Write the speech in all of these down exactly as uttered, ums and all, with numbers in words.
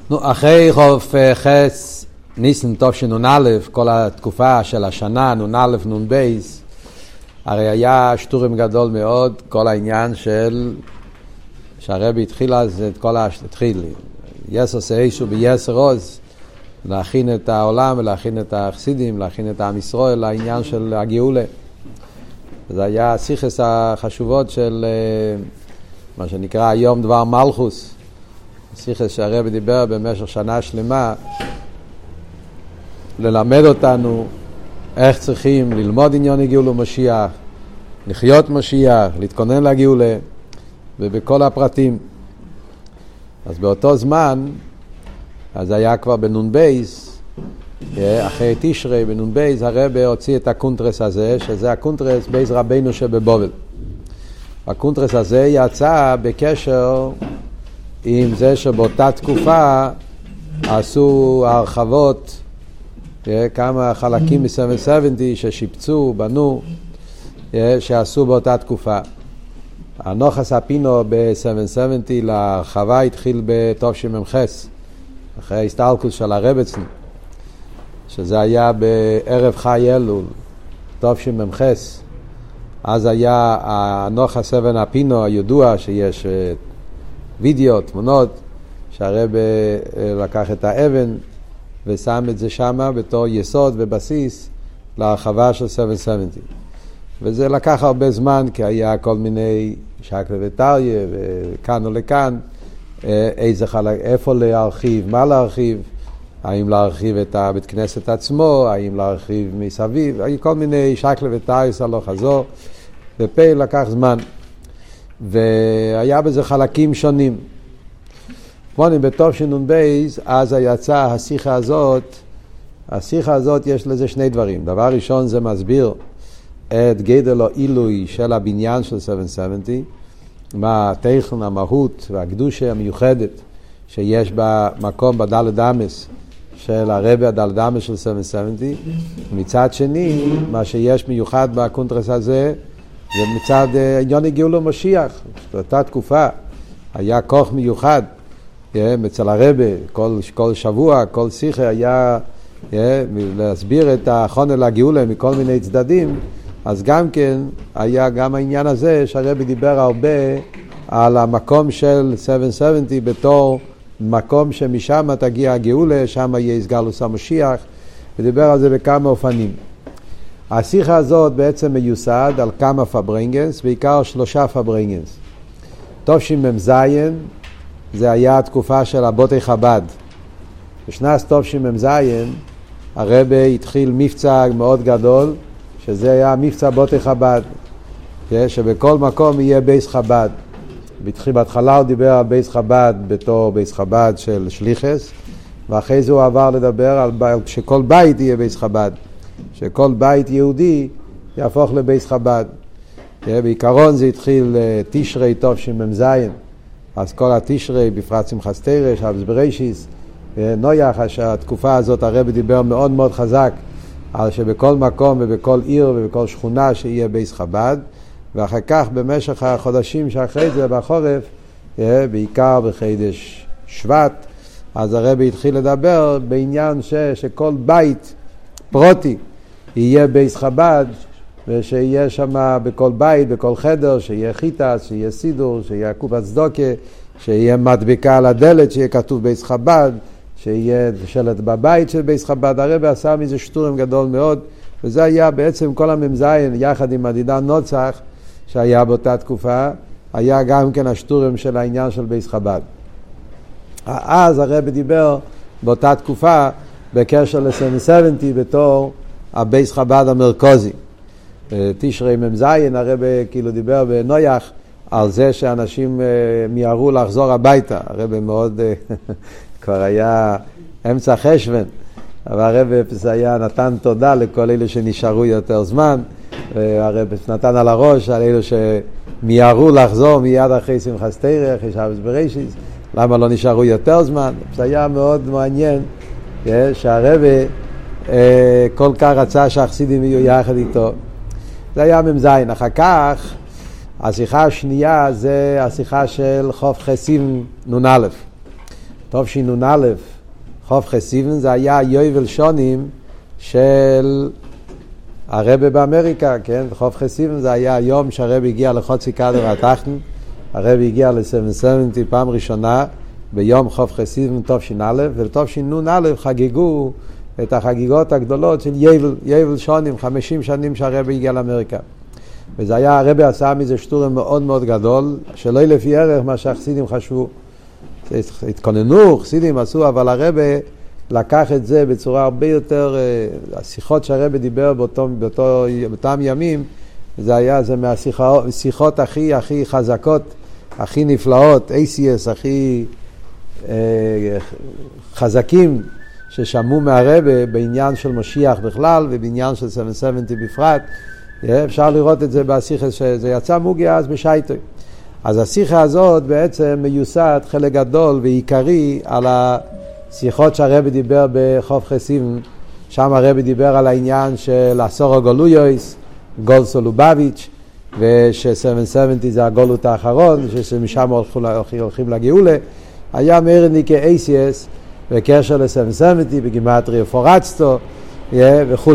נו, אחרי חוף חס ניסן תשנ"א, כל התקופה של השנה, נ"א נ"ב, הרי היה שטורם גדול מאוד, כל העניין של שהרבי התחיל אז את כל התחיל יסר סיישו ביסר עוז, להכין את העולם ולהכין את החסידים, להכין את עם ישראל לעניין של הגאולה. זה היה שיחס החשובות של מה שנקרא היום דבר מלכוס, שיחס שהרבי דיבר במשך שנה שלמה ללמד אותנו איך צריכים ללמוד עניין הגאולה משיח, לחיות משיח, להתכונן לגאולה ובכל הפרטים. אז באותו זמן, אז היה כבר בנון בייס, אחרי תשרי בנון בייס, הרבי הוציא את הקונטרס הזה, שזה הקונטרס בייס רבינו שבבובל. הקונטרס הזה יצא בקשר עם זה שבאותה תקופה עשו הרחבות, כמה חלקים מ-שבע שבעים ששיפצו, בנו, שעשו באותה תקופה. הנוחס הפינו ב-שבע שבעים להרחבה התחיל בתשמ"ח, אחרי ההסתלקות של הרבצן, שזה היה בערב חי אלול, תשמ"ח. אז היה הנוחס שבע הפינו הידוע שיש וידאו, תמונות, שהרב לקח את האבן ושם את זה שם בתור יסוד ובסיס להרחבה של שבע שבעים. וזה לקח הרבה זמן, כי היה כל מיני שקלה וטריה וכאן ולכאן, איזה חלק, איפה להרחיב, מה להרחיב, האם להרחיב את הבית כנסת עצמו, האם להרחיב מסביב, היו כל מיני שקלה וטריה סלוח חזור, ופה לקח זמן. והיה בזה חלקים שונים. מונים בתשנ"ב, אז יצא השיחה הזאת, השיחה הזאת יש לזה שני דברים. דבר ראשון זה מסביר את גדל או עילוי של הבניין של שבע שבעים, מה הטכן, המהות והקדושה המיוחדת שיש במקום בדלת אמס של הרבי הדלת אמס של שבע שבעים. מצד שני, מה שיש מיוחד בקונטרס הזה, זה מצד עניין הגאולה משיח. באותה תקופה היה כוח מיוחד אצל הרבי, כל, כל שבוע, כל שיחה היה להסביר את החונן לגאולה מכל מיני צדדים. אז גם כן היה גם העניין הזה שהרבי דיבר הרבה על המקום של שבע שבעים בתור מקום שמשם תגיע הגאולה, שם יהיה הסגלוס המשיח, ודיבר על זה בכמה אופנים. השיחה הזאת בעצם מיוסד על כמה פברנגנס, בעיקר שלושה פברנגנס. תשמ"ז זה היה התקופה של אבותי חב"ד. בשנת תשמ"ז הרבי התחיל מבצע מאוד גדול, שזה היה מבצע אבותי חב"ד, שבכל מקום יהיה בייס חב"ד. בהתחלה הוא דיבר על בייס חב"ד בתור בייס חב"ד של שליחס, ואחרי זה הוא עבר לדבר על שכל בית יהיה בייס חב"ד, שכל בית יהודי יהפוך לבייס חב"ד. בעיקרון זה התחיל תשרי תשמ"ז, אז כל התשרי, בפרט שמחת תורה, שבס בראשיס, נויח, התקופה הזאת הרבי דיבר מאוד מאוד חזק, על שבכל מקום ובכל עיר ובכל שכונה שיהיה בייס חב"ד, ואחר כך במשך החודשים שאחרי זה בחורף, בעיקר בחידש שבט, אז הרבי התחיל לדבר בעניין ש, שכל בית פרוטי יהיה בייס חב"ד, ושיהיה שם בכל בית, בכל חדר, שיהיה חיטה, שיהיה סידור, שיהיה קופת צדוקה, שיהיה מדבקה על הדלת, שיהיה כתוב בייס חב"ד, שיהיה שלט בבית של בייס חב"ד. הרבי עשה מזה שטורם גדול מאוד, וזה היה בעצם כל הממזיין, יחד עם הדידן נוצח, שהיה באותה תקופה, היה גם כן השטורם של העניין של בייס חב"ד. אז הרבי דיבר באותה תקופה, בקשר ל-שבע שבעים בתור הבייס חב"ד המרכזי. תשרי ממזיין הרבי כאילו דיבר בנויח על זה שאנשים מיהרו לחזור הביתה. הרבי מאוד כבר היה אמצע חשבן, אבל הרבי היה נתן תודה לכל אלה שנשארו יותר זמן, והרבי נתן על הראש על אלה שמיהרו לחזור מיד אחרי שמחת תורה, אחרי שבס בראשיס, למה לא נשארו יותר זמן. זה היה מאוד מעניין שהרבי כל כך רצה שהחסידים יהיו יחד איתו. זה היה ממזיין. אחר כך השיחה השנייה זה השיחה של חוף חסים נון א'. תשנ"א, חוף חסיבן, זה היה יובל שונים של הרבי באמריקה, כן? חוף חסיבן זה היה היום שהרבי הגיע לחוצי קדר התחתון, הרבי הגיע ל-שבע שבעים פעם ראשונה ביום חוף חסיבן תשנ"א, ובתשנ"א חגגו את החגיגות הגדולות של יובל, יובל שונים, חמישים שנים שהרבי הגיע לאמריקה. וזה היה, הרבי עשה מזה שטורם מאוד מאוד גדול, שלא לפי ערך מה שהחסידים חשבו. התכוננו, חסידים עשו, אבל הרבי לקח את זה בצורה הרבה יותר, השיחות שהרבי דיבר באותו, באותו, באותם ימים, זה היה, זה מהשיחות הכי, הכי חזקות, הכי נפלאות, איי סי אס, הכי אה, חזקים, ששמעו מהרבי בעניין של משיח בכלל, ובעניין של שבע שבעים בפרט. אפשר לראות את זה בשיחה שזה יצא מוגיה אז בשייטוי. אז השיחה הזאת בעצם מיוסד חלק גדול ועיקרי על השיחות שהרבי דיבר בחוף חסיבן. שם הרבי דיבר על העניין של עשור הגולויוס, גול סולובביץ', ש-שבע שבעים זה הגולות האחרון, שמשם הולכים לגאולה. היה מרניקי איי סי אס בקשר ל-שבע שבעים, בגימטריה פורצתו וכו'.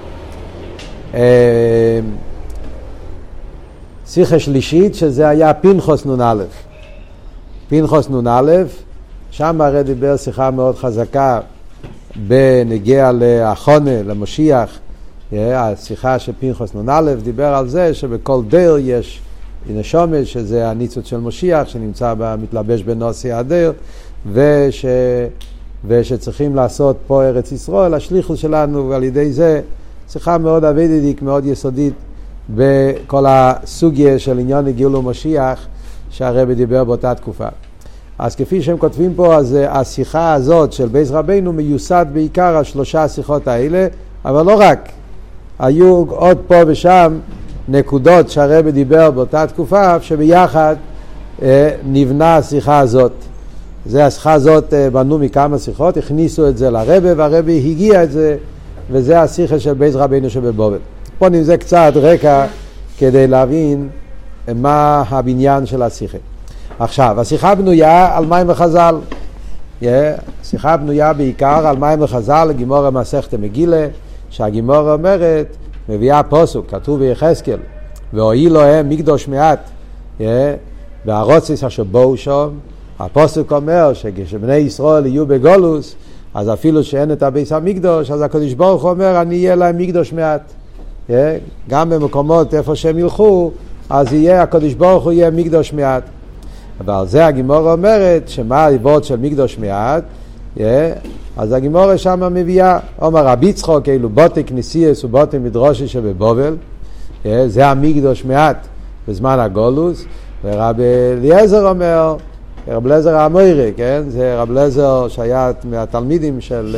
שיחה שלישית שזה היה פנחס נ"א. פנחס נ"א, שם הרי דיבר שיחה מאוד חזקה בנגיע לאחונה, למשיח. השיחה של פנחס נ"א דיבר על זה שבכל דר יש נשמה, שזה הניצוץ של משיח שנמצא מתלבש בנושא הדר, וש... ושצריכים לעשות פה ארץ ישראל, השליחות שלנו, ועל ידי זה שיחה מאוד עבדיק, מאוד יסודית בכל הסוגיה של עניין הגיעול ומשיח שהרבי דיבר באותה תקופה. אז כפי שהם כותבים פה, אז השיחה הזאת של בייס רבינו מיוסד בעיקר על שלושה השיחות האלה, אבל לא רק. היו עוד פה ושם נקודות שהרבי דיבר באותה תקופה, שביחד אה, נבנה השיחה הזאת. זה השיחה הזאת אה, בנו מכמה שיחות, הכניסו את זה לרבי, והרבי הגיע את זה, וזה השיחה של בייס רבינו שבבובל. פה נמזה קצת רקע כדי להבין מה הבניין של השיחה. עכשיו, השיחה בנויה על מים וחז"ל. השיחה בנויה בעיקר על מים וחז"ל, גימורה מסכת מגילה, שהגימורה אומרת, מביאה פסוק, כתוב ביחזקאל, והואיל להם מקדוש מעט, והרוצץ אשר באו שם, הפסוק אומר שכשבני ישראל יהיו בגולוס, אז אפילו שאין את הבית המקדוש, אז הקדוש ברוך הוא אומר, אני אהיה להם מקדוש מעט. גם במקומות איפה שהם ילכו, אז יהיה, הקדוש ברוך הוא יהיה מקדוש מעט. אבל זה הגימורה אומרת, שמה הליבות של מקדוש מעט, אז הגימורה שם מביאה, אומר רבי יצחוק, כאילו בוטי כנסיאס ובוטי מדרושי שבבובל, זה המקדוש מעט בזמן הגולוס, ורבי אליעזר אומר, רב אליעזר האמורי, כן? זה רב אליעזר שהיה מהתלמידים של,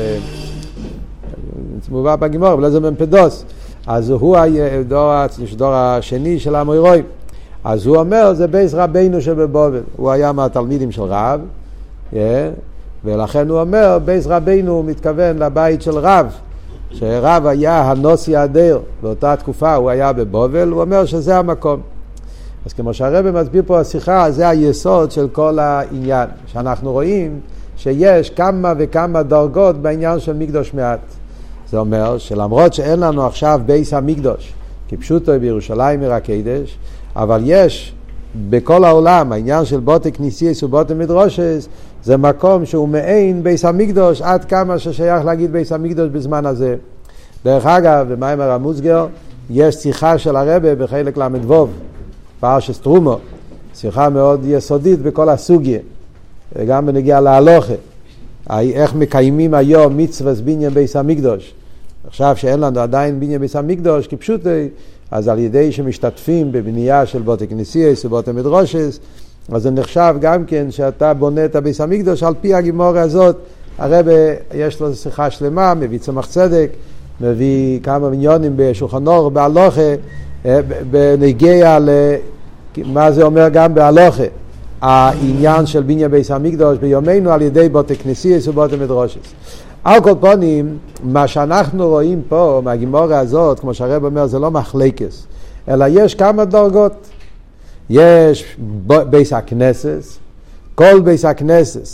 מובא בגימור, רב אליעזר ממפדוס, אז הוא הדור, הדור השני של האמורוי, אז הוא אומר, זה בייס רבינו שבבובל, הוא היה מהתלמידים של רב, ולכן הוא אומר, בייס רבינו הוא מתכוון לבית של רב, שרב היה הנוסי הדר, באותה תקופה הוא היה בבובל, הוא אומר שזה המקום. אז כמו שהרבי מסביר פה השיחה, זה היסוד של כל העניין, שאנחנו רואים שיש כמה וכמה דרגות בעניין של מקדוש מעט. זה אומר שלמרות שאין לנו עכשיו בייס המקדוש, כפשוטו בירושלים עיר הקודש, אבל יש בכל העולם, העניין של בוטי כנסיאס ובוטי מדרושס, זה מקום שהוא מעין בייס המקדוש, עד כמה ששייך להגיד בייס המקדוש בזמן הזה. דרך אגב, במאמר המוסגר, יש שיחה של הרבי בחלק למדבוב, פרשת תרומו, שיחה מאוד יסודית בכל הסוגיה, גם בנגיע להלוכה, איך מקיימים היום מצוות בניין בייס המקדוש. עכשיו שאין לנו עדיין בניין בייס המקדוש, כפשוט, אז על ידי שמשתתפים בבנייה של בוטי כנסיאס ובוטי מדרושס, אז זה נחשב גם כן שאתה בונה את הבייס המקדוש, על פי הגימורה הזאת, הרבי יש לו שיחה שלמה, מביא צמח צדק, מביא כמה מיליונים בשולחן אור, בהלוכה, בנגיע למה זה אומר גם בהלוכה, העניין של בניין בייס המקדוש ביומנו על ידי בוטי כנסיאס ובוטי מדרושס. על כל פנים, מה שאנחנו רואים פה מהגימורה הזאת, כמו שהרב אומר, זה לא מחלקס, אלא יש כמה דרגות. יש בייס הכנסס, כל בייס הכנסס,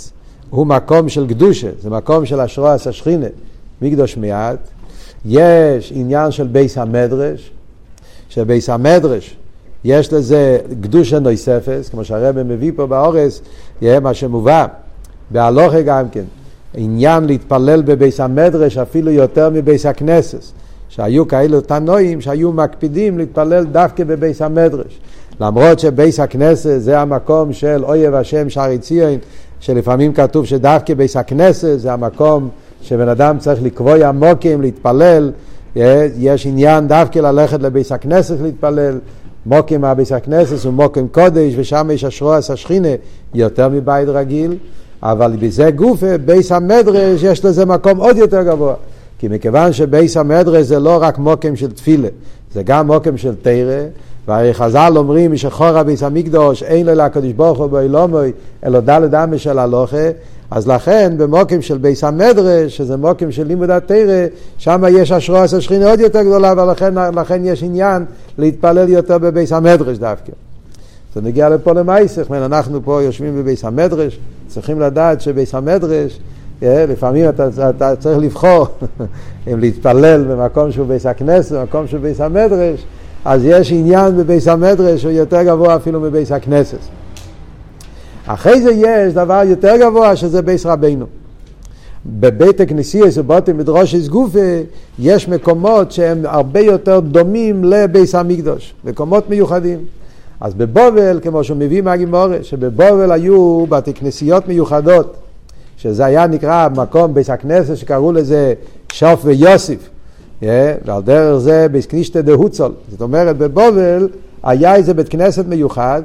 הוא מקום של קדושה, זה מקום של השראת השכינה, מקדוש מעט. יש עניין של בייס המדרש, שבייס המדרש יש לזה קדושה נוספת, כמו שהרב מביא פה באורס, יהיה מה שמובא בהלוכה גם כן, עניין להתפלל בבייס המדרש אפילו יותר מבייס הכנסת, שהיו כאלו תנועים שהיו מקפידים להתפלל דווקא בבייס המדרש, למרות שבייס הכנסת זה המקום של אויב השם שערי ציון, שלפעמים כתוב שדווקא בייס הכנסת זה המקום שבן אדם צריך לקבוע מוקים להתפלל, יש עניין דווקא ללכת לבייס הכנסת להתפלל, מוקים מהבייס הכנסת הוא מוקים קודש, ושם יש השראת השכינה יותר מבית רגיל, אבל בזה גוף בייס המדרש יש לזה מקום עוד יותר גבוה, כי מכיוון שבייס המדרש זה לא רק מוקים של תפילה, זה גם מוקים של תורה, והרי חז"ל אומרים משחור בייס המקדוש אין לו לקדוש ברוך הוא באילומוי אלא דלת אמש של הלוכה, אז לכן במוקים של בייס המדרש, שזה מוקים של לימוד התורה, שם יש השראת השכינה עוד יותר גדולה, ולכן לכן יש עניין להתפלל יותר בבייס המדרש דווקא. זה נגיע לפה למייסך, אנחנו פה יושבים בבייס המדרש, צריכים לדעת שבייס המדרש, לפעמים אתה, אתה צריך לבחור אם להתפלל במקום שהוא בייס הכנסת, במקום שהוא בייס המדרש, אז יש עניין בבייס המדרש שהוא יותר גבוה אפילו מבייס הכנסת. אחרי זה יש דבר יותר גבוה שזה בייס רבינו. בבית הכנסייה שבאתם מדרושי גופה יש מקומות שהם הרבה יותר דומים לבייס המקדוש, מקומות מיוחדים. אז בבובל, כמו שהוא מביא מהגימורה, שבבובל היו בתי כנסיות מיוחדות, שזה היה נקרא מקום בייס הכנסת שקראו לזה שוף ויוסיף, ועל דרך זה בייס כנישתא דהוצל. זאת אומרת בבובל היה איזה בית כנסת מיוחד,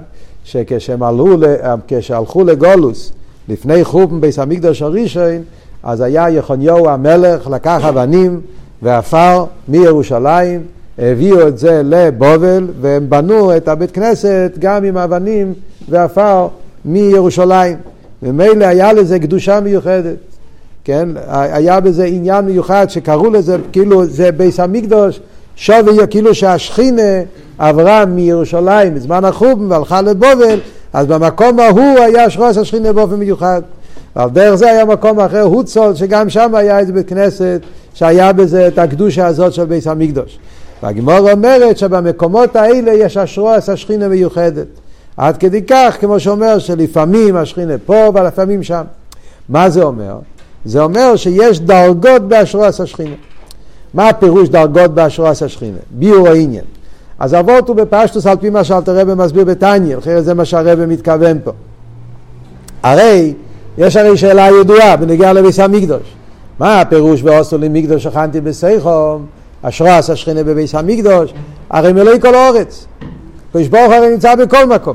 שכשהלכו לגולוס לפני חורבן בית המקדש הראשון, אז היה יחוניהו המלך לקח אבנים ועפר מירושלים, הביאו את זה לבובל, והם בנו את הבית כנסת גם עם אבנים ועפר מירושלים, ומילא היה לזה קדושה מיוחדת, כן? היה בזה עניין מיוחד שקראו לזה כאילו זה בית המקדש שווה, כאילו שהשכינה עברה מירושלים בזמן החורבן והלכה לבובל, אז במקום ההוא היה השראת השכינה באופן מיוחד. ועל דרך זה היה מקום אחר, הוצול, שגם שם היה איזה בית כנסת שהיה בזה את הקדושה הזאת של בית המקדש. והגמרא אומרת שבמקומות האלה יש השראת השכינה מיוחדת, עד כדי כך כמו שאומר שלפעמים השכינה פה ולפעמים שם. מה זה אומר? זה אומר שיש דרגות בהשראת השכינה. מה הפירוש דרגות בהשראת השכינה? ביאור העניין. אז אבות הוא בפשטוס על פי מה שאלתר רבי מסביר בתניא, אחרי זה מה שהרבי מתכוון פה. הרי יש הרי שאלה ידועה בנגיעה לבית המקדש. מה הפירוש ועשו לי מקדש הכנתי בסייחום, השראת השכינה בבית המקדש? הרי מלואי כל הארץ. הקדוש ברוך הוא הרי נמצא בכל מקום.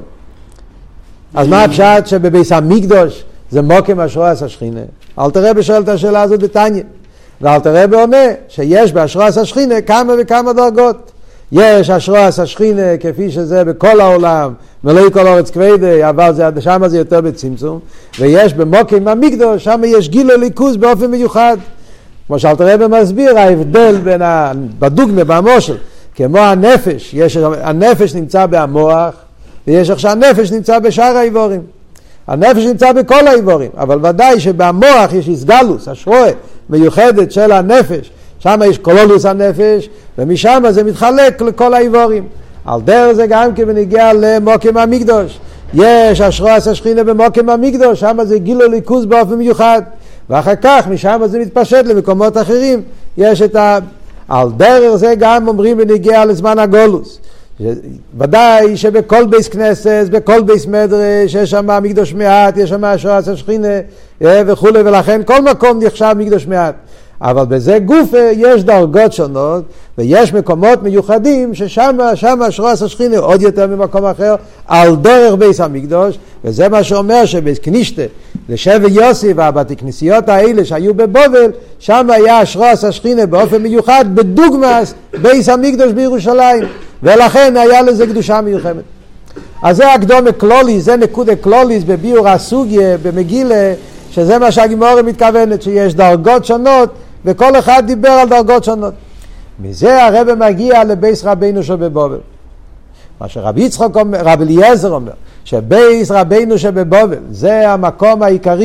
אז מה הפשט שבבית המקדש זה מוקם השראת השכינה? אלתר רבי שואל את השאלה הזאת בתניא. ואלתר רבי עונה שיש בהשראת השכינה כמה וכמה דרגות. יש השראת השכינה כפי שזה בכל העולם, מלואי כל הארץ כבדי, אבל זה, שם זה יותר בצמצום, ויש במוקם המקדש, שם יש גילוי ליכוז באופן מיוחד. כמו שאלתר רבי מסביר, ההבדל בין ה... בדוגמה, במושל, כמו הנפש, יש, הנפש נמצא במוח, ויש עכשיו הנפש נמצא בשאר האיבורים. הנפש נמצא בכל האיבורים, אבל ודאי שבמוח יש הסגלוס, השרועה מיוחדת של הנפש, שם יש קולולוס הנפש, ומשם זה מתחלק לכל האיבורים. על דרך זה גם כבנגיע למוקם המקדש. יש השראת השכינה במוקם המקדש, שם זה גילוי ליכוז באופן מיוחד. ואחר כך משם זה מתפשט למקומות אחרים. יש את ה... על דרך זה גם אומרים בנגיע לזמן הגולוס. ודאי שבכל בית כנסת, בכל בית מדרש, יש שם מקדש מעט, יש שם השראת השכינה וכו', ולכן כל מקום נחשב מקדש מעט. אבל בזה גוף יש דרגות שונות, ויש מקומות מיוחדים ששם שם השראת השכינה עוד יותר ממקום אחר, על דרך בית המקדש, וזה מה שאומר שבית כנישתא לשבט יוסי והבתי כנסיות האלה שהיו בבובל, שם היה השראת השכינה באופן מיוחד בדוגמת בית המקדש בירושלים, ולכן היה לזה קדושה מיוחדת. אז זה הקדומה כלוליס, זה נקודה כלוליס בביאור הסוגיה במגילה, שזה מה שהגמרא מתכוונת, שיש דרגות שונות, וכל אחד דיבר על דרגות שונות. מזה הרב מגיע לבייס רבינו שבבובל. מה שרבי יצחק אומר, רבי אליעזר אומר, שבייס רבינו שבבובל, זה המקום העיקרי,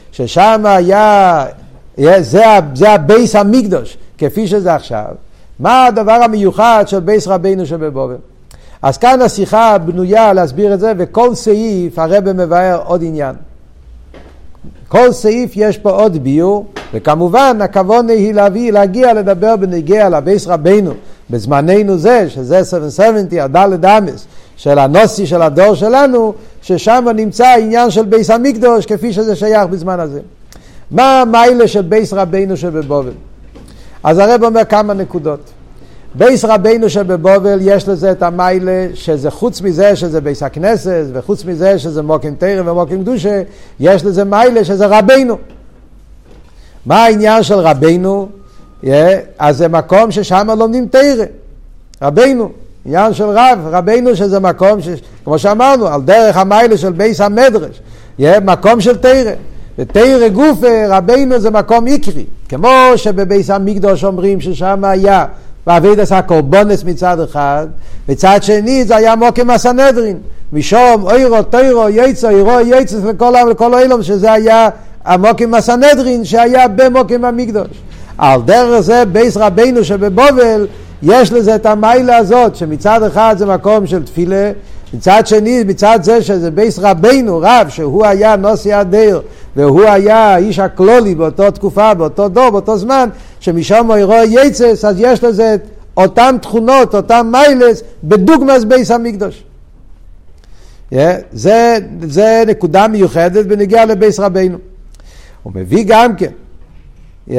ששם היה, זה, זה הבייס המקדוש, כפי שזה עכשיו. מה הדבר המיוחד של בייס רבינו שבבבל? אז כאן השיחה בנויה להסביר את זה, וכל סעיף הרב מבאר עוד עניין. כל סעיף יש פה עוד ביור, וכמובן הכוונה היא להביא, להגיע לדבר בנגיע לבייס רבינו, בזמננו זה, שזה שבע שבעים, הדלת אמס, של הנוסי של הדור שלנו, ששם נמצא העניין של בייס המקדוש, כפי שזה שייך בזמן הזה. מה המיילה של בייס רבינו שבבבל? אז הרב אומר כמה נקודות. בייס רבינו שבבבל יש לזה את המיילה, שזה חוץ מזה שזה בייס הכנסת, וחוץ מזה שזה מוקים תורה ומוקים קדושה, יש לזה מיילה שזה רבינו. מה העניין של רבינו? Yeah, אז זה מקום ששם לומדים תורה. רבינו, עניין של רב, רבינו שזה מקום, ש... כמו שאמרנו, על דרך המיילה של בייס המדרש, yeah, מקום של תורה. ותורה גופה, רבינו זה מקום עיקרי. כמו שבבייס המקדוש אומרים ששם היה בעבודת הקורבנות מצד אחד, מצד שני זה היה מוקם הסנהדרין, משום אוירו תוירו יצא אירו יצא לכל העם לכל העולם, שזה היה המוקם הסנהדרין שהיה במוקם המקדוש. על דרך זה בייס רבינו שבבבל יש לזה את המיילה הזאת, שמצד אחד זה מקום של תפילה, מצד שני, מצד זה שזה בייס רבינו, רב, שהוא היה נוסי הדיר, והוא היה האיש הכלולי באותו תקופה, באותו דור, באותו זמן, שמשם אירו יצס, אז יש לזה אותם תכונות, אותם מיילס, בדוגמס בייס המקדוש. Yeah, זה, זה נקודה מיוחדת בנגיע לבייס רבינו. הוא מביא גם כן, yeah,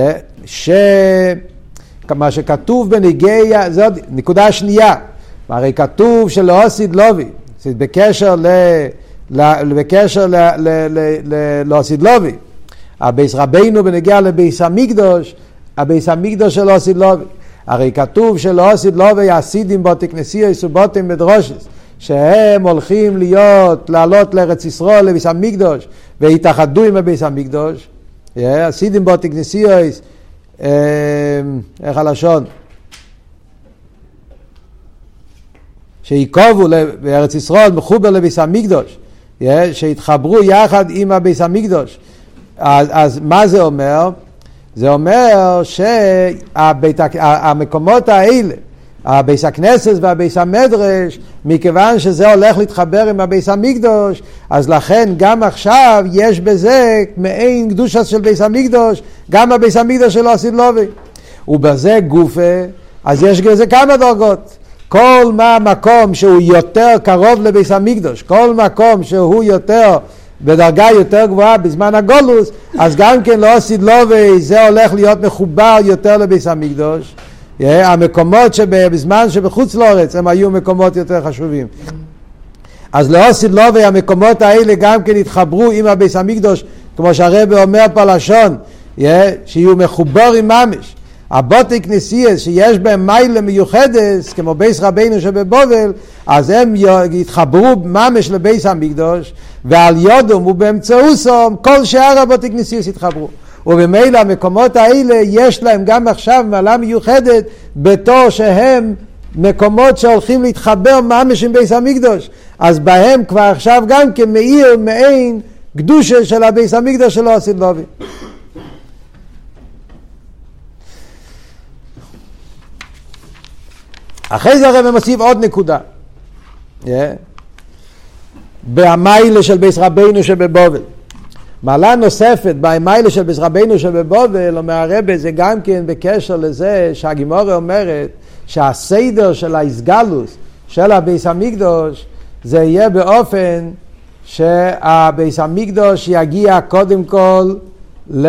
שמה שכתוב בנגיע, זאת נקודה שנייה, הרי כתוב שלאוסיד לובי, בקשר ל... בקשר לאוסיד לובי, הבייס רבינו בנגיע לבייס המקדוש, הבייס המקדוש של אוסיד לובי, הרי כתוב שלאוסיד לובי הסידים באתי כנסייה סובותם מדרושס, שהם הולכים להיות, לעלות לארץ ישראל לבייס המקדוש, והתאחדו עם הבייס המקדוש, הסידים באתי כנסייה, איך הלשון? שיקובו בארץ ישראל מחובר לבייס המקדוש, שהתחברו יחד עם הבייס המקדוש. אז, אז מה זה אומר? זה אומר שהמקומות האלה, הבייס הכנסת והבייס המדרש, מכיוון שזה הולך להתחבר עם הבייס המקדוש, אז לכן גם עכשיו יש בזה מעין קדושה של בייס המקדוש, גם הבייס המקדוש שלו עשית לובי. ובזה גופה, אז יש בזה כמה דרגות. כל מה מקום שהוא יותר קרוב לבייס המקדוש, כל מקום שהוא יותר בדרגה יותר גבוהה בזמן הגולוס, אז גם כן לא עשית לובי, זה הולך להיות מחובר יותר לבייס המקדוש. המקומות שבזמן שבחוץ לארץ הם היו מקומות יותר חשובים. אז לא עשית לובי, המקומות האלה גם כן התחברו עם הבייס המקדוש, כמו שהרב אומר פה לשון, שיהיו מחובר עם ממש. הבותי כנסייס שיש בהם מיילה מיוחדת, כמו בייס רבינו שבבבל, אז הם יתחברו ממש לבייס המקדוש, ועל יודום ובאמצעוסום כל שאר הבותי כנסייס יתחברו. ובמילא המקומות האלה יש להם גם עכשיו מעלה מיוחדת, בתור שהם מקומות שהולכים להתחבר ממש עם בייס המקדוש, אז בהם כבר עכשיו גם כמאיר מעין קדושה של הבייס המקדוש שלא עשית לובי. אחרי זה הרב מוסיף עוד נקודה. Yeah. במיילה של בייס רבינו שבבבל. מעלה נוספת במיילה של בייס רבינו שבבבל, אומר הרב, זה גם כן בקשר לזה שהגימורה אומרת שהסדר של ההסגלוס של הבייס המקדוש זה יהיה באופן שהבייס המקדוש יגיע קודם כל ל...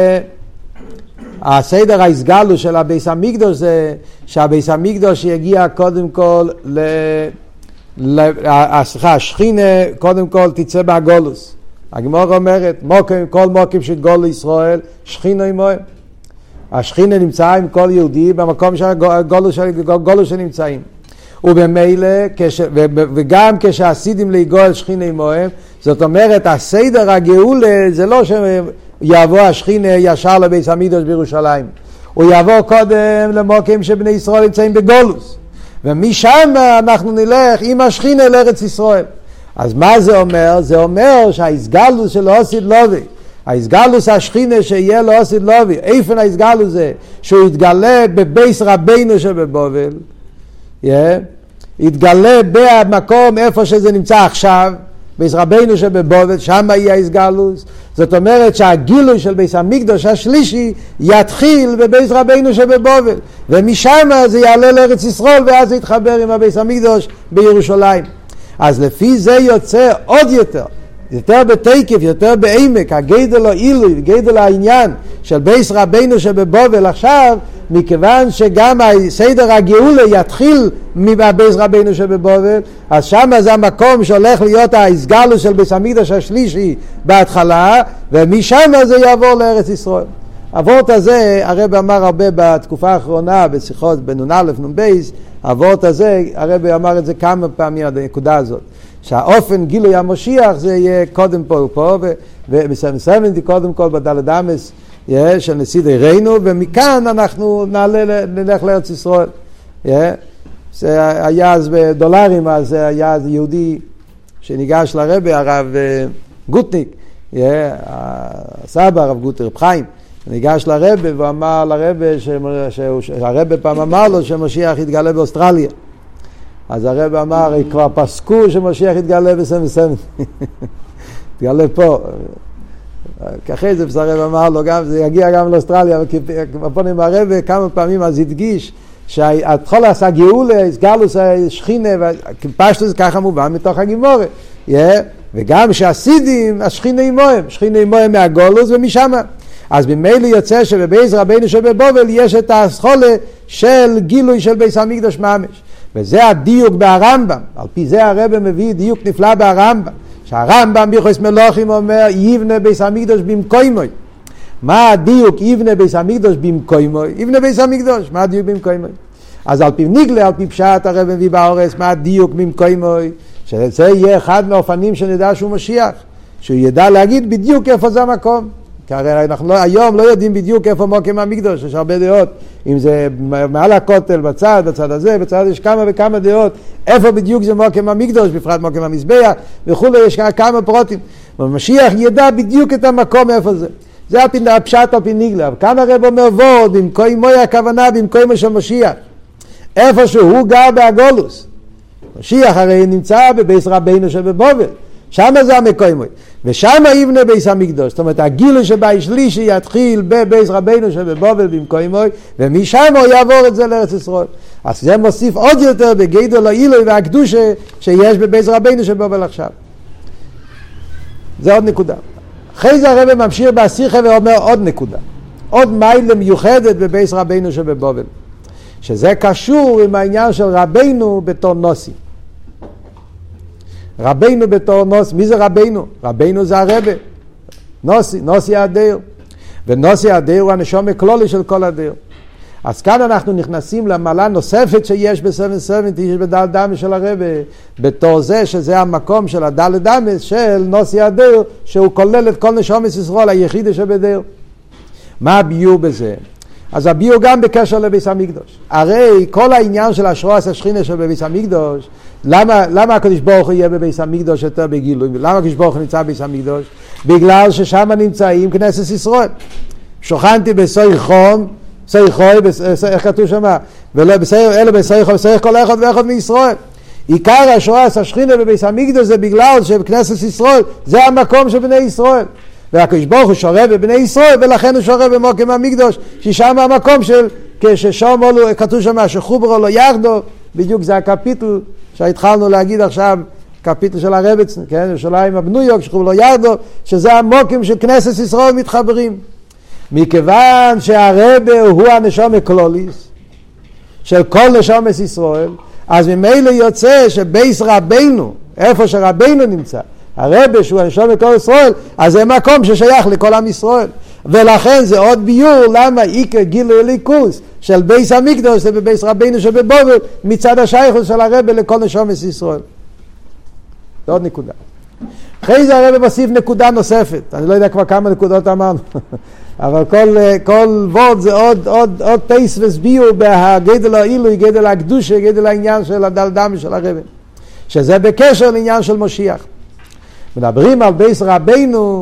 הסדר ההסגלוס של הבייס המקדוש זה שהבייס המקדוש יגיע קודם כל ל... השכינה קודם כל תצא מהגולוס. הגמרא אומרת מוקם, כל מוקם של גול ישראל שכינה עמהם. השכינה נמצא עם כל יהודי במקום של הגולוס שנמצאים, ובמילא כש... וגם כשהסידים להיגול שכינה עמהם, זאת אומרת הסדר הגאולה זה לא שיבוא השכינה ישר לבייס המקדוש בירושלים, הוא יבוא קודם למוקם שבני ישראל נמצאים בגולוס, ומשם אנחנו נלך עם השכינה לארץ ישראל. אז מה זה אומר? זה אומר שההסגלוס של אוסיד לובי ההסגלוס השכינה שיהיה לו עושית לובי, איפן ההסגלוס זה? שהוא יתגלה בבייס רבינו שבבובל, yeah. יתגלה במקום איפה שזה נמצא עכשיו, בייס רבינו שבבובל, שם יהיה ההסגלוס. זאת אומרת שהגילוי של בייס המקדוש השלישי יתחיל בבייס רבינו שבבובל, ומשם זה יעלה לארץ ישראל, ואז זה יתחבר עם הבייס המקדוש בירושלים. אז לפי זה יוצא עוד יותר, יותר בתקף, יותר בעמק, הגדל העילוי, גדל העניין של בייס רבינו שבבובל עכשיו, מכיוון שגם סדר הגאולה יתחיל מבייס רבינו שבבובל, אז שם זה המקום שהולך להיות ההסגלוס של בייס המקדוש השלישי בהתחלה, ומשם זה יעבור לארץ ישראל. הוורט הזה, הרב אמר הרבה בתקופה האחרונה, בשיחות בנון א' נון בייס, הוורט הזה, הרב אמר את זה כמה פעמים עד הנקודה הזאת. שהאופן גילוי המשיח זה יהיה קודם פה ופה, ומסיים קודם כל בדלת אמס של נשיא דיירנו, ומכאן אנחנו נעלה, נלך לארץ ישראל. זה היה אז בדולרים, אז זה היה אז יהודי שניגש לרבי, הרב גוטניק, הסבא, הרב גוטר, רב חיים, ניגש לרבי ואמר לרבי, שהרבי פעם אמר לו שמשיח יתגלה באוסטרליה. אז הרב אמר, כבר פסקו שמשיח יתגלה בסם וסם. יתגלה פה. ככה זה הרב אמר לו, גם, זה יגיע גם לאוסטרליה, אבל בפונים הרב כמה פעמים אז הדגיש, שהתחול עשה גאולה, הסגלוס השכינה, פשטו זה ככה מובן מתוך הגימורה. Yeah. וגם שהסידים, השכינה עמוהם, שכינה עמוהם מהגולוס ומשם. אז במילא יוצא שבבייס רבינו שבבובל יש את הסחולה של גילוי של בייס המקדוש ממש. וזה הדיוק ברמב"ם, על פי זה הרב מביא דיוק נפלא ברמב"ם, שהרמב"ם ביחס מלוכים אומר יבנה בייס המקדוש במקוימוי. מה הדיוק יבנה בייס המקדוש במקוימוי? יבנה בייס המקדוש, מה הדיוק במקוימוי? אז על פי נגלה, על פי פשט הרב מביא באורס, מה הדיוק במקוימוי? שזה יהיה אחד מהאופנים שנדע שהוא משיח, שהוא ידע להגיד בדיוק איפה זה המקום. כי הרי אנחנו לא, היום לא יודעים בדיוק איפה מוקם המקדוש, יש הרבה דעות, אם זה מעל הכותל, בצד, בצד הזה, בצד יש כמה וכמה דעות, איפה בדיוק זה מוקם המקדוש, בפרט מוקם המזבח, וכו' יש כמה פרוטים. משיח ידע בדיוק את המקום איפה זה. זה הפשט על פי נגלה. כאן הרב אומר וורד, במקוימוי הכוונה, במקוימו של משיח. איפה שהוא גר בהגולוס. משיח הרי נמצא בבייס רבינו שבבובל. שם זה המקוימוי. ושם יבנה בייס המקדוש. זאת אומרת, הגילוי שבא שלישי יתחיל בבייס רבינו שבבובל במקוימוי, ומשם הוא יעבור את זה לארץ ישראל. אז זה מוסיף עוד יותר בגדול העילוי והקדושה שיש בבייס רבינו שבבובל עכשיו. זה עוד נקודה. אחרי זה הרב ממשיך בשיחה ואומר עוד נקודה. עוד מיילה מיוחדת בבייס רבינו שבבובל. שזה קשור עם העניין של רבינו בתור נוסי. רבינו בתור נוסי. מי זה רבינו? רבינו זה הרבה. נוסי, נוסי הדר. ונוסי הדר הוא הנשום הכלולי של כל הדר. אז כאן אנחנו נכנסים למעלה נוספת שיש ב-שבע שבעים, יש בדל דמס של הרבה, בתור זה שזה המקום של הדל דמס של נוסי הדר, שהוא כולל את כל נשום ישראל, היחיד שבדר. מה הביור בזה? אז הביור גם בקשר לביס המקדוש. הרי כל העניין של השרוס השכינה של בביס המקדוש, למה, למה הקדוש ברוך הוא יהיה בביס המקדוש יותר בגילוי? למה הקדוש ברוך הוא נמצא בביס המקדוש? בגלל ששם נמצאים כנסת ישראל. שוכנתי בסוי חום, סוי חוי, איך כתוב שם? ולא בסוי, אלא בסוי חוי, בסוי כל אחד ואחד מישראל. עיקר השרוס השכינה בביס המקדוש זה בגלל שבכנסת ישראל זה המקום של בני ישראל. והקדוש ברוך הוא שורה בבני ישראל, ולכן הוא שורה במוקם המקדוש, ששם המקום של, כששם עולו, כתוב שם שחוברו לו יחדו, בדיוק זה הקפיטל שהתחלנו להגיד עכשיו, קפיטל של הרבץ, כן, ירושלים הבנויות, שחוברו לו יחדו, שזה המוקם של כנסת ישראל מתחברים. מכיוון שהרבה הוא הנשום הכלוליס, של כל נשום ישראל, אז ממילא יוצא שבייס רבינו, איפה שרבינו נמצא, הרבי שהוא הנשום מכל ישראל, אז זה מקום ששייך לכל עם ישראל. ולכן זה עוד ביור למה עיקר גילוי הליכוס של בייס המקדוש זה בבייס רבינו שבבובל מצד השייכות של הרבי לכל נשום ישראל. זה עוד נקודה. אחרי זה הרבי מוסיף נקודה נוספת. אני לא יודע כבר כמה נקודות אמרנו. אבל כל, כל ווד זה עוד, עוד, עוד טייס וסביור בהגדל העילוי, גדל הקדושה, גדל העניין של הדלדם של הרבי. שזה בקשר לעניין של משיח. מדברים על בייס רבינו,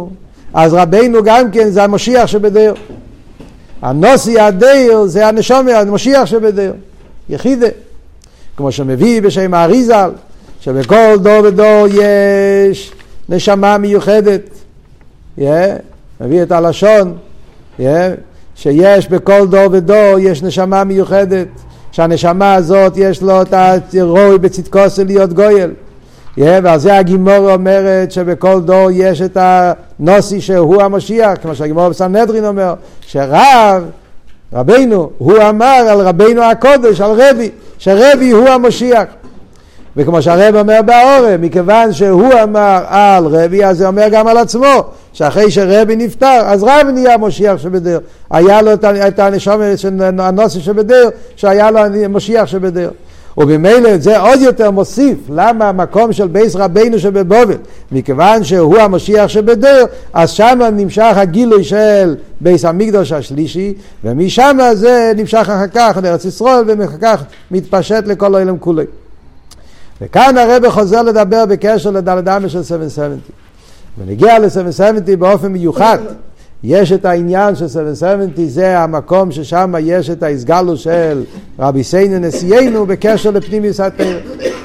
אז רבינו גם כן זה המשיח שבדיר. הנוסי הדיר זה הנשום, המשיח שבדיר. יחידה. כמו שמביא בשם האריזל, שבכל דור ודור יש נשמה מיוחדת. Yeah. מביא את הלשון, yeah. שיש בכל דור ודור יש נשמה מיוחדת. שהנשמה הזאת יש לו את הרוי בצדקו של להיות גויל. Yeah, ועל זה הגימור אומרת שבכל דור יש את הנוסי שהוא המשיח, כמו שהגימור בסנהדרין אומר, שרב, רבינו, הוא אמר על רבינו הקודש, על רבי, שרבי הוא המשיח. וכמו שהרב אומר באורם, מכיוון שהוא אמר על רבי, אז זה אומר גם על עצמו, שאחרי שרבי נפטר, אז רב נהיה המשיח שבדיר. היה לו את הנשום הנוסי שבדיר, שהיה לו המשיח שבדיר. ובמילא זה עוד יותר מוסיף למה המקום של בייס רבינו שבבובל, מכיוון שהוא המשיח שבדיר, אז שם נמשך הגילוי של בייס המקדוש השלישי, ומשם זה נמשך אחר כך לארץ ישראל, ואחר כך מתפשט לכל העולם כולו. וכאן הרב חוזר לדבר בקשר לדלת אמס של שבע שבעים. ונגיע ל-שבע שבעים באופן מיוחד. יש את העניין של שבע שבעים, זה המקום ששם יש את ההסגלו של רבי סיינו נשיאנו בקשר לפנימיוס התורה.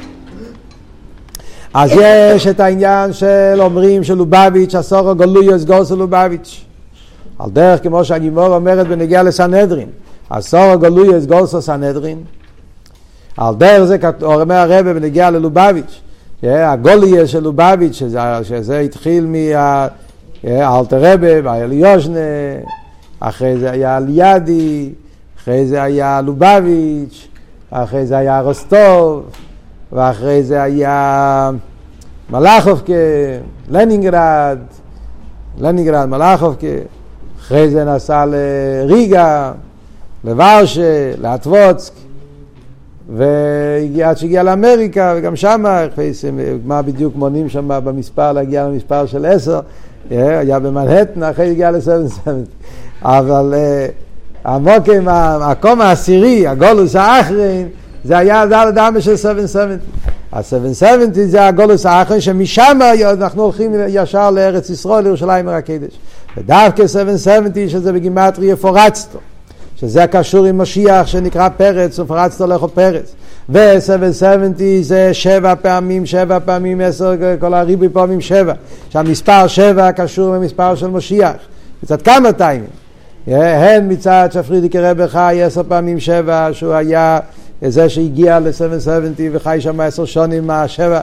אז יש את העניין של אומרים של לובביץ' אסור הגלוי הסגול של לובביץ'. על דרך כמו שהגימור אומרת בנגיע לסנהדרין, אסור הגלוי הסגול של סנהדרין. על דרך זה אומר הרב בנגיע ללובביץ', הגוליה של לובביץ', שזה, שזה התחיל מהאלטר רבי, והאליושנה, אחרי זה היה אליאדי, אחרי זה היה לובביץ', אחרי זה היה רוסטוב, ואחרי זה היה מלאכובקה, לנינגרד, לנינגרד, מלאכובקה, אחרי זה נסע לריגה, לוורשה, לאטבוצק, ועד שהגיע לאמריקה, וגם שם, מה בדיוק מונים שם במספר, להגיע למספר של עשר, היה במנהטן, אחרי שהגיע לסבן סבן. אבל המוקם, המקום העשירי, הגולוס האחרין, זה היה דלת אמס של סבן סבן. ה-שבע שבעים זה הגולוס האחרין, שמשם אנחנו הולכים ישר לארץ ישראל, לירושלים עיר הקודש. ודווקא שבע שבעים שזה בגימטריה פורצתו. שזה קשור עם משיח שנקרא פרץ, ופרצתו לכו פרץ. ו-שבע שבעים זה שבע פעמים, שבע פעמים, עשר, כל הריבוי פעמים שבע. שהמספר שבע קשור עם מספר של משיח. מצד כמה טיימים. הן מצד שפרידיקי רבי חי עשר פעמים שבע, שהוא היה זה שהגיע ל-שבע שבעים וחי שם עשר שונים מהשבע,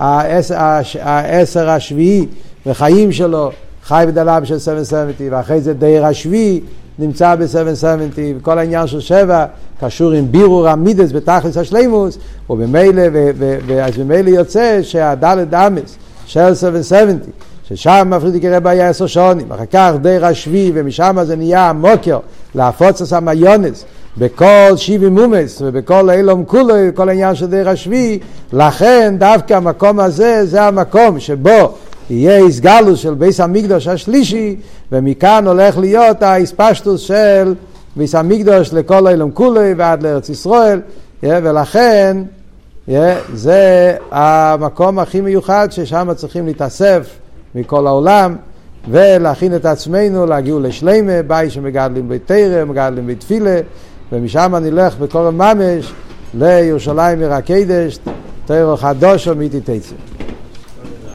העשר השביעי, וחיים שלו חי בדלם של שבע שבעים, ואחרי זה דייר השביעי, נמצא ב-שבע שבעים, וכל העניין של שבע קשור עם בירור המידס בתכלס השלימוס, ובמילא, ואז במילא יוצא שהדלת אמס של שבע שבעים, ששם מפרידיקי רבי היה עשר שונים, אחר כך דייר השביעי, ומשם זה נהיה המוקר, להפוץ את המיונס, בכל שבעים מומס, ובכל אילום כולו, כל העניין של דייר השביעי, לכן דווקא המקום הזה, זה המקום שבו, יהיה הסגלוס של בייס המקדוש השלישי, ומכאן הולך להיות ההספשטוס של בייס המקדוש לכל העולם כולו ועד לארץ ישראל, ולכן זה המקום הכי מיוחד ששם צריכים להתאסף מכל העולם ולהכין את עצמנו להגיעו לשלימה, בית שמגדלים בית תורה, מגדלים בית תפילה, ומשם נלך בקורם ממש לירושלים עיר הקודש, תורה חדושה מיתי תצא.